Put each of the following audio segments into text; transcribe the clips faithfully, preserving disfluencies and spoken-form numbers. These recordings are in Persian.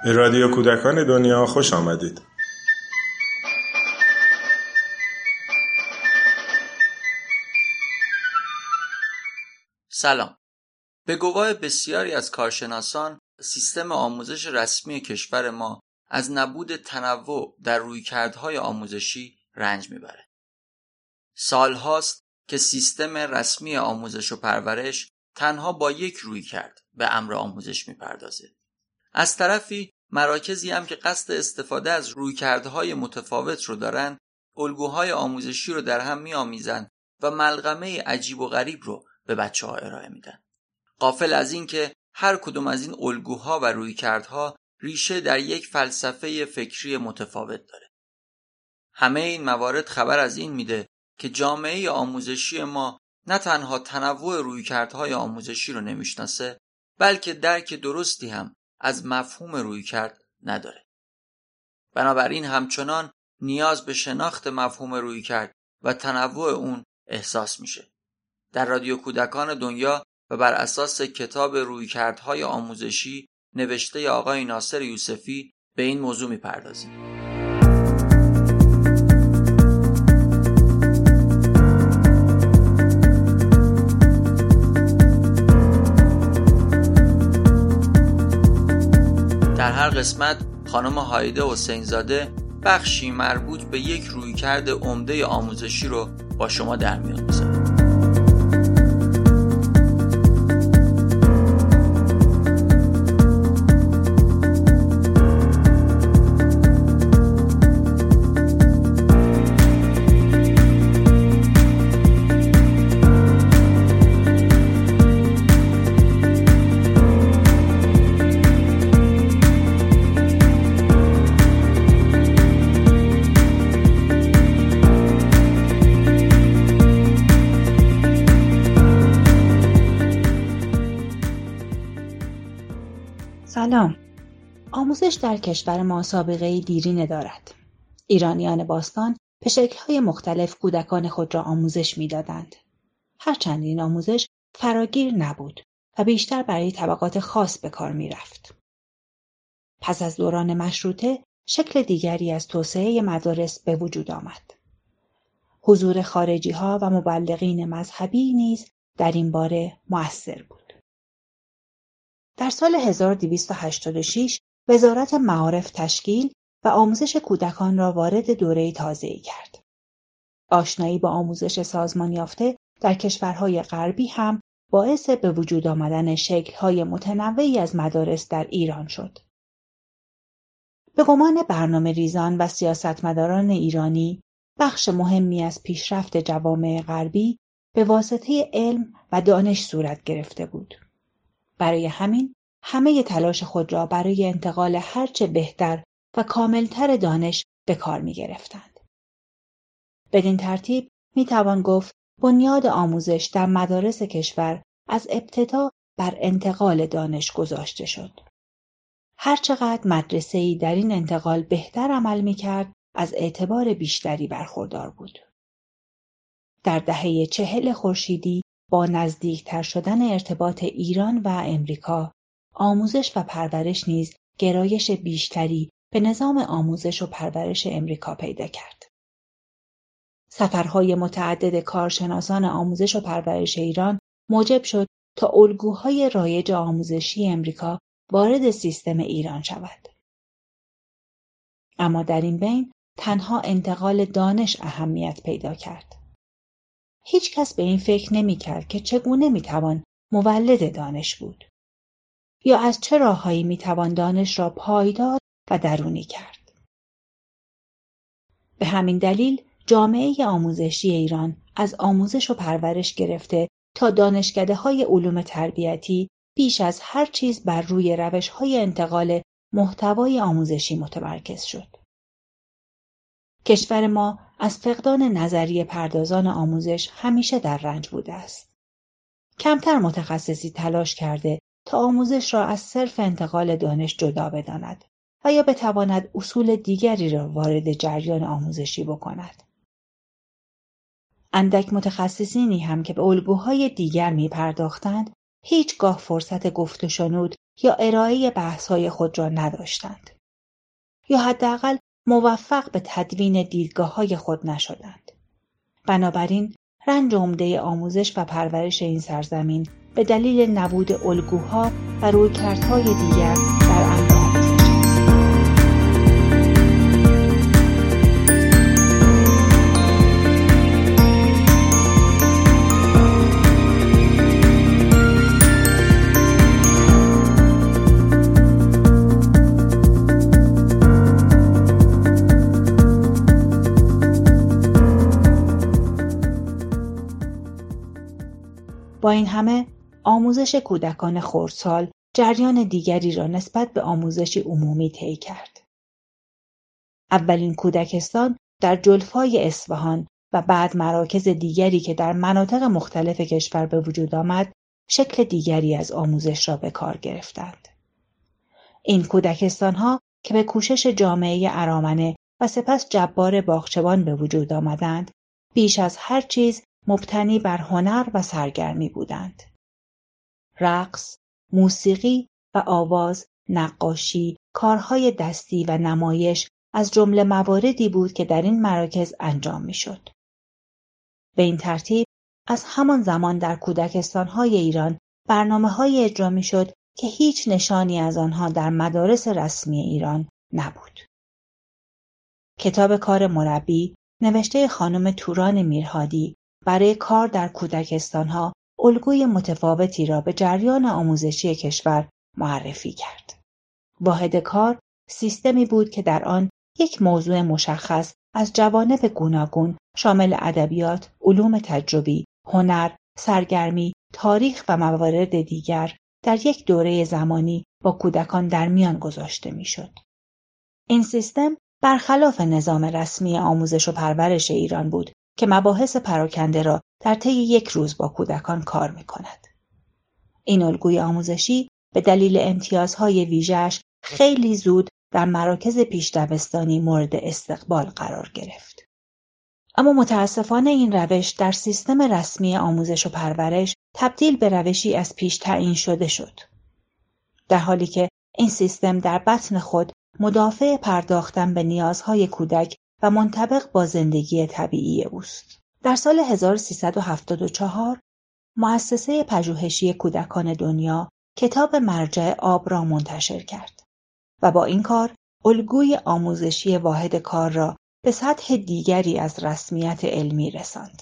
به رادیو کودکان دنیا خوش آمدید. سلام. به گواه بسیاری از کارشناسان، سیستم آموزش رسمی کشور ما از نبود تنوع در رویکردهای آموزشی رنج میبره. سالهاست که سیستم رسمی آموزش و پرورش تنها با یک رویکرد به امر آموزش میپردازه. از طرفی مراکزی هم که قصد استفاده از رویکردهای متفاوت رو دارن، الگوهای آموزشی رو در هم میآمیزن و ملغمه عجیب و غریب رو به بچه‌ها ارائه میدن. غافل از این که هر کدوم از این الگوها و رویکردها ریشه در یک فلسفه فکری متفاوت داره. همه این موارد خبر از این میده که جامعه آموزشی ما نه تنها تنوع رویکردهای آموزشی رو نمیشناسه، بلکه درک درستی هم از مفهوم رویکرد نداره. بنابراین همچنان نیاز به شناخت مفهوم رویکرد و تنوع اون احساس میشه. در رادیو کودکان دنیا و بر اساس کتاب رویکردهای آموزشی نوشته آقای ناصر یوسفی به این موضوع میپردازیم. در هر قسمت خانم هایده حسین‌زاده بخشی مربوط به یک رویکرد عمده آموزشی رو با شما در میون میذاره. سلام. آموزش در کشور ما سابقه دیرینه دارد. ایرانیان باستان به شکل‌های مختلف کودکان خود را آموزش می‌دادند. هرچند این آموزش فراگیر نبود و بیشتر برای طبقات خاص به کار می‌رفت. پس از دوران مشروطه شکل دیگری از توسعه مدارس به وجود آمد. حضور خارجی‌ها و مبلغین مذهبی نیز در این باره مؤثر بود. در سال هزار و دویست و هشتاد و شش وزارت معارف تشکیل و آموزش کودکان را وارد دوره تازه‌ای کرد. آشنایی با آموزش سازمان یافته در کشورهای غربی هم باعث به وجود آمدن شکل‌های متنوعی از مدارس در ایران شد. به گمان برنامه ریزان و سیاستمداران ایرانی، بخش مهمی از پیشرفت جوامع غربی به واسطه علم و دانش صورت گرفته بود. برای همین همه تلاش خود را برای انتقال هرچه بهتر و کاملتر دانش به کار می گرفتند. بدین ترتیب می توان گفت بنیاد آموزش در مدارس کشور از ابتدا بر انتقال دانش گذاشته شد. هرچقدر مدرسه‌ای در این انتقال بهتر عمل می کرد، از اعتبار بیشتری برخوردار بود. در دهه چهل خورشیدی با نزدیکتر شدن ارتباط ایران و امریکا، آموزش و پرورش نیز گرایش بیشتری به نظام آموزش و پرورش امریکا پیدا کرد. سفرهای متعدد کارشناسان آموزش و پرورش ایران موجب شد تا الگوهای رایج آموزشی امریکا وارد سیستم ایران شود. اما در این بین تنها انتقال دانش اهمیت پیدا کرد. هیچ کس به این فکر نمی کرد که چگونه می توان مولد دانش بود یا از چه راههایی می توان دانش را پایدار و درونی کرد. به همین دلیل جامعه آموزشی ایران از آموزش و پرورش گرفته تا دانشکده‌های علوم تربیتی بیش از هر چیز بر روی روش‌های انتقال محتوای آموزشی متمرکز شد. کشور ما از فقدان نظریه پردازان آموزش همیشه در رنج بوده است. کمتر متخصصی تلاش کرده تا آموزش را از صرف انتقال دانش جدا بداند و یا بتواند اصول دیگری را وارد جریان آموزشی بکند. اندک متخصصینی هم که به الگوهای دیگر می پرداختند، هیچگاه فرصت گفت و شنود یا ارائه بحث‌های خود را نداشتند یا حداقل موفق به تدوین دیدگاه‌های خود نشدند. بنابراین رنج عمده آموزش و پرورش این سرزمین به دلیل نبود الگوها و رویکردهای دیگر در امر آموزش است. با این همه آموزش کودکان خردسال جریان دیگری را نسبت به آموزش عمومی طی کرد. اولین کودکستان در جلفای اصفهان و بعد مراکز دیگری که در مناطق مختلف کشور به وجود آمد، شکل دیگری از آموزش را به کار گرفتند. این کودکستان‌ها که به کوشش جامعه ارامنه و سپس جبار باغچبان به وجود آمدند، بیش از هر چیز مبتنی بر هنر و سرگرمی بودند. رقص، موسیقی و آواز، نقاشی، کارهای دستی و نمایش از جمله مواردی بود که در این مراکز انجام می‌شد. به این ترتیب از همان زمان در کودکستان‌های ایران برنامه‌های اجرا می‌شد که هیچ نشانی از آنها در مدارس رسمی ایران نبود. کتاب کار مربی نوشته خانم توران میرهادی برای کار در کودکستان‌ها الگوی متفاوتی را به جریان آموزشی کشور معرفی کرد. واحد کار سیستمی بود که در آن یک موضوع مشخص از جوانب گوناگون شامل ادبیات، علوم تجربی، هنر، سرگرمی، تاریخ و موارد دیگر در یک دوره زمانی با کودکان در میان گذاشته می‌شد. این سیستم برخلاف نظام رسمی آموزش و پرورش ایران بود که مباحث پراکنده را در طی یک روز با کودکان کار می‌کند. این الگوی آموزشی به دلیل امتیازهای ویژه‌اش خیلی زود در مراکز پیش‌دبستانی مورد استقبال قرار گرفت. اما متاسفانه این روش در سیستم رسمی آموزش و پرورش تبدیل به روشی از پیش تعیین شده شد. در حالی که این سیستم در بطن خود مدافع پرداختن به نیازهای کودک و منطبق با زندگی طبیعی اوست. در سال هزار و سیصد و هفتاد و چهار مؤسسه پژوهشی کودکان دنیا کتاب مرجع آب را منتشر کرد و با این کار الگوی آموزشی واحد کار را به سطح دیگری از رسمیت علمی رساند.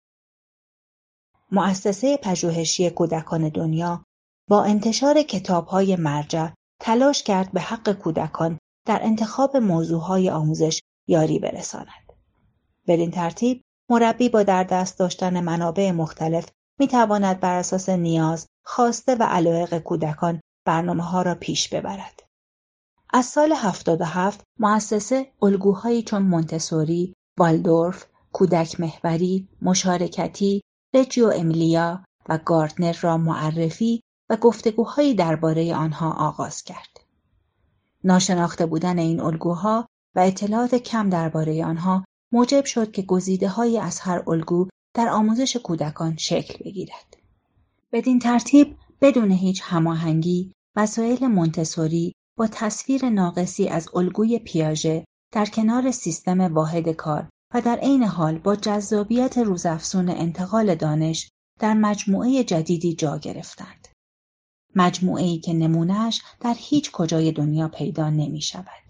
مؤسسه پژوهشی کودکان دنیا با انتشار کتاب‌های مرجع تلاش کرد به حق کودکان در انتخاب موضوعهای آموزش یاری برساند. بدین ترتیب مربی با در دست داشتن منابع مختلف می‌تواند بر اساس نیاز، خواسته و علایق کودکان برنامه‌ها را پیش ببرد. از سال هفتاد و هفت مؤسسه الگوهایی چون مونتسوری، والدورف، کودک محوری، مشارکتی، رجیو امیلیا و گاردنر را معرفی و گفتگوهایی درباره آنها آغاز کرد. ناشناخته بودن این الگوها و اطلاعات کم درباره آنها موجب شد که گزیده‌هایی از هر الگو در آموزش کودکان شکل بگیرد. بدین ترتیب بدون هیچ هماهنگی وسایل مونتسوری با تصویر ناقصی از الگوی پیاژه در کنار سیستم واحد کار و در عین حال با جذابیت روزافزون انتقال دانش در مجموعه جدیدی جا گرفتند. مجموعه‌ای که نمونه‌اش در هیچ کجای دنیا پیدا نمی شود.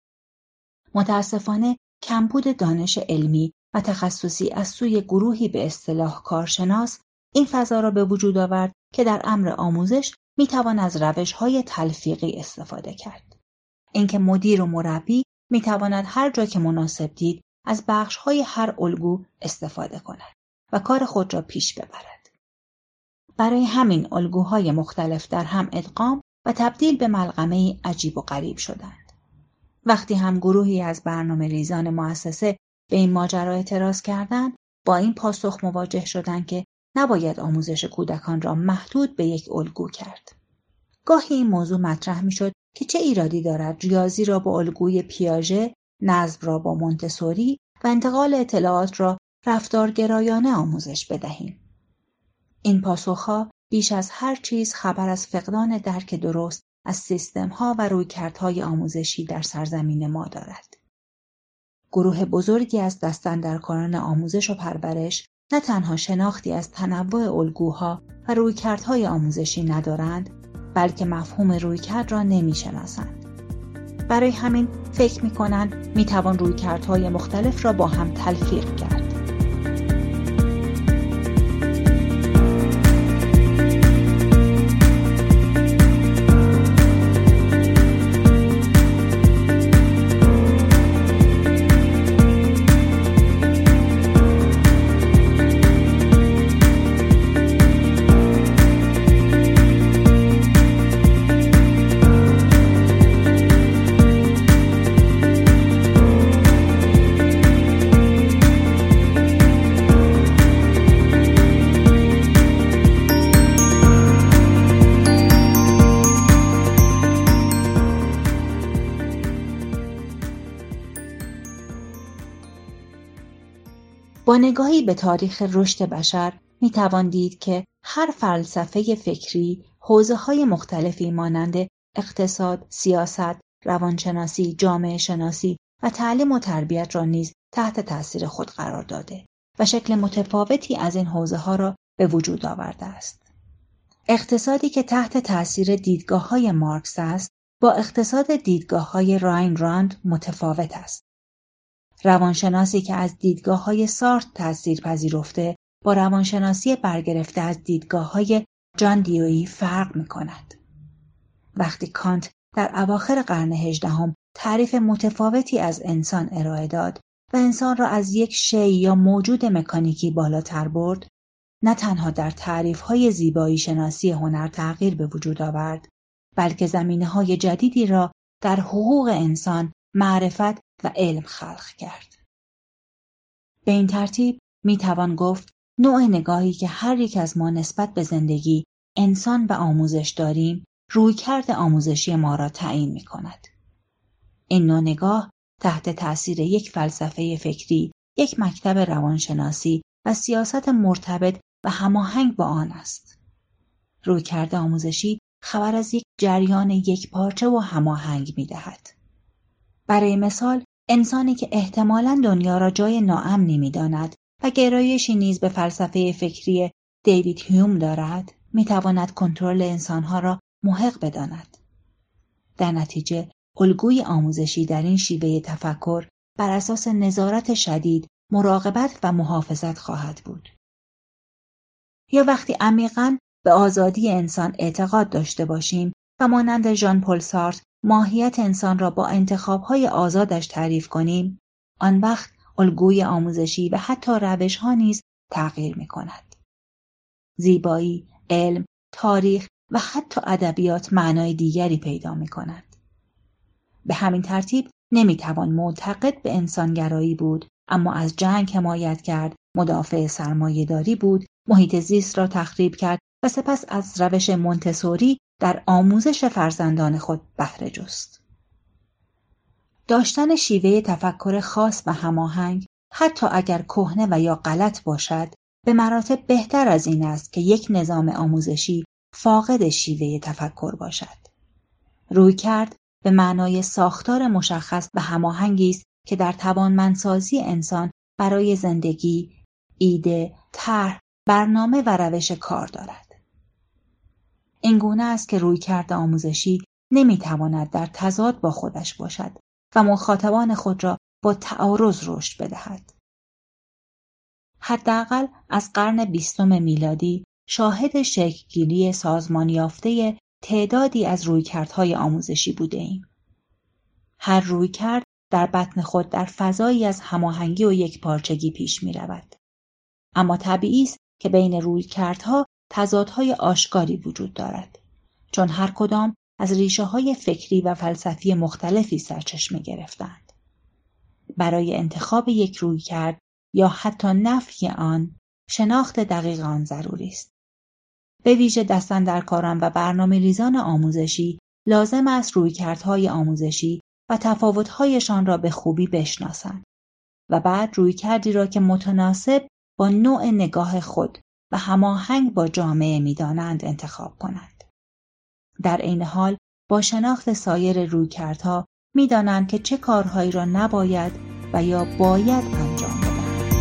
متاسفانه کمبود دانش علمی و تخصصی از سوی گروهی به اصطلاح کارشناس این فضا را به وجود آورد که در امر آموزش می توان از روش‌های تلفیقی استفاده کرد. اینکه مدیر و مربی می تواند هر جا که مناسب دید از بخش‌های هر الگو استفاده کند و کار خود را پیش ببرد. برای همین الگوهای مختلف در هم ادغام و تبدیل به ملغمه‌ای عجیب و غریب شدند. وقتی هم گروهی از برنامه ریزان مؤسسه به این ماجرا اعتراض کردند، با این پاسخ مواجه شدند که نباید آموزش کودکان را محدود به یک الگو کرد. گاهی این موضوع مطرح می‌شد که چه ایرادی دارد ریاضی را با الگوی پیاژه، نظم را با مونتسوری و انتقال اطلاعات را رفتارگرایانه آموزش بدهیم. این پاسخها بیش از هر چیز خبر از فقدان درک درست از سیستم‌ها و رویکردهای آموزشی در سرزمین ما دارد. گروه بزرگی از دستاندرکاران آموزش و پرورش نه تنها شناختی از تنوع الگوها و رویکردهای آموزشی ندارند، بلکه مفهوم رویکرد را نمی‌شناسند. برای همین فکر می‌کنند می‌توان رویکردهای مختلف را با هم تلفیق کرد. با نگاهی به تاریخ رشد بشر می توان دید که هر فلسفه فکری حوزه‌های مختلفی مانند اقتصاد، سیاست، روانشناسی، جامعه شناسی و تعلیم و تربیت را نیز تحت تأثیر خود قرار داده و شکل متفاوتی از این حوزه‌ها را به وجود آورده است. اقتصادی که تحت تأثیر دیدگاه‌های مارکس است، با اقتصاد دیدگاه‌های راین راند متفاوت است. روانشناسی که از دیدگاه‌های سارتر تأثیر پذیرفته با روانشناسی برگرفته از دیدگاه‌های جان دیویی فرق می‌کند. وقتی کانت در اواخر قرن هجدهم تعریف متفاوتی از انسان ارائه داد و انسان را از یک شی یا موجود مکانیکی بالاتر برد، نه تنها در تعریف‌های زیبایی شناسی هنر تغییر به وجود آورد، بلکه زمینه‌های جدیدی را در حقوق انسان، معرفت و علم خلق کرد. به این ترتیب می توان گفت نوع نگاهی که هر یک از ما نسبت به زندگی، انسان و آموزش داریم، رویکرد آموزشی ما را تعیین می کند. این نوع نگاه تحت تأثیر یک فلسفه فکری، یک مکتب روانشناسی و سیاست مرتبط و هماهنگ با آن است. رویکرد آموزشی خبر از یک جریان یک پارچه و هماهنگ می دهد. برای مثال، انسانی که احتمالاً دنیا را جای ناامنی می داند و گرایشی نیز به فلسفه فکری دیوید هیوم دارد، می تواند کنترل انسانها را محق بداند. در نتیجه، الگوی آموزشی در این شیوه تفکر بر اساس نظارت شدید، مراقبت و محافظت خواهد بود. یا وقتی عمیقاً به آزادی انسان اعتقاد داشته باشیم و مانند ژان پل سارتر ماهیت انسان را با انتخاب‌های آزادش تعریف کنیم، آن وقت الگوی آموزشی و حتی روش‌ها نیز تغییر می‌کند. زیبایی، علم، تاریخ و حتی ادبیات معنای دیگری پیدا می‌کنند. به همین ترتیب نمی‌توان معتقد به انسانگرایی بود، اما از جنگ حمایت کرد، مدافع سرمایه‌داری بود، محیط زیست را تخریب کرد و سپس از روش مونتسوری در آموزش فرزندان خود بهره جست. داشتن شیوه تفکر خاص و هماهنگ، حتی اگر کهنه و یا غلط باشد، به مراتب بهتر از این است که یک نظام آموزشی فاقد شیوه تفکر باشد. رویکرد به معنای ساختار مشخص و هماهنگی است که در توانمندسازی انسان برای زندگی، ایده، طرح، برنامه و روش کار دارد. این گونه است که رویکرد آموزشی نمیتواند در تضاد با خودش باشد و مخاطبان خود را با تعارض رشد بدهد. حداقل از قرن بیستم میلادی شاهد شکل‌گیری سازمان یافته تعدادی از رویکردهای آموزشی بوده ایم. هر رویکرد در بطن خود در فضایی از هماهنگی و یکپارچگی پیش می رود. اما طبیعی است که بین رویکردها تضادهای آشکاری وجود دارد، چون هر کدام از ریشه‌های فکری و فلسفی مختلفی سرچشمه گرفتند. برای انتخاب یک رویکرد یا حتی نفی آن، شناخت دقیق آن ضروری است. به ویژه دستاندرکاران و برنامه‌ریزان آموزشی لازم است رویکردهای آموزشی و تفاوت‌هایشان را به خوبی بشناسند و بعد رویکردی را که متناسب با نوع نگاه خود و هماهنگ با جامعه می‌دانند انتخاب کنند. در عین حال با شناخت سایر رویکردها می‌دانند که چه کارهایی را نباید و یا باید انجام بدهند.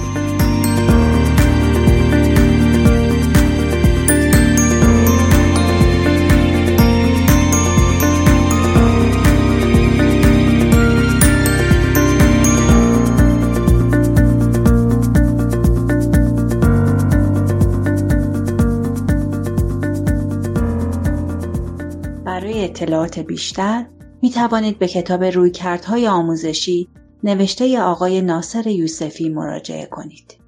برای اطلاعات بیشتر می توانید به کتاب رویکردهای آموزشی نوشته آقای ناصر یوسفی مراجعه کنید.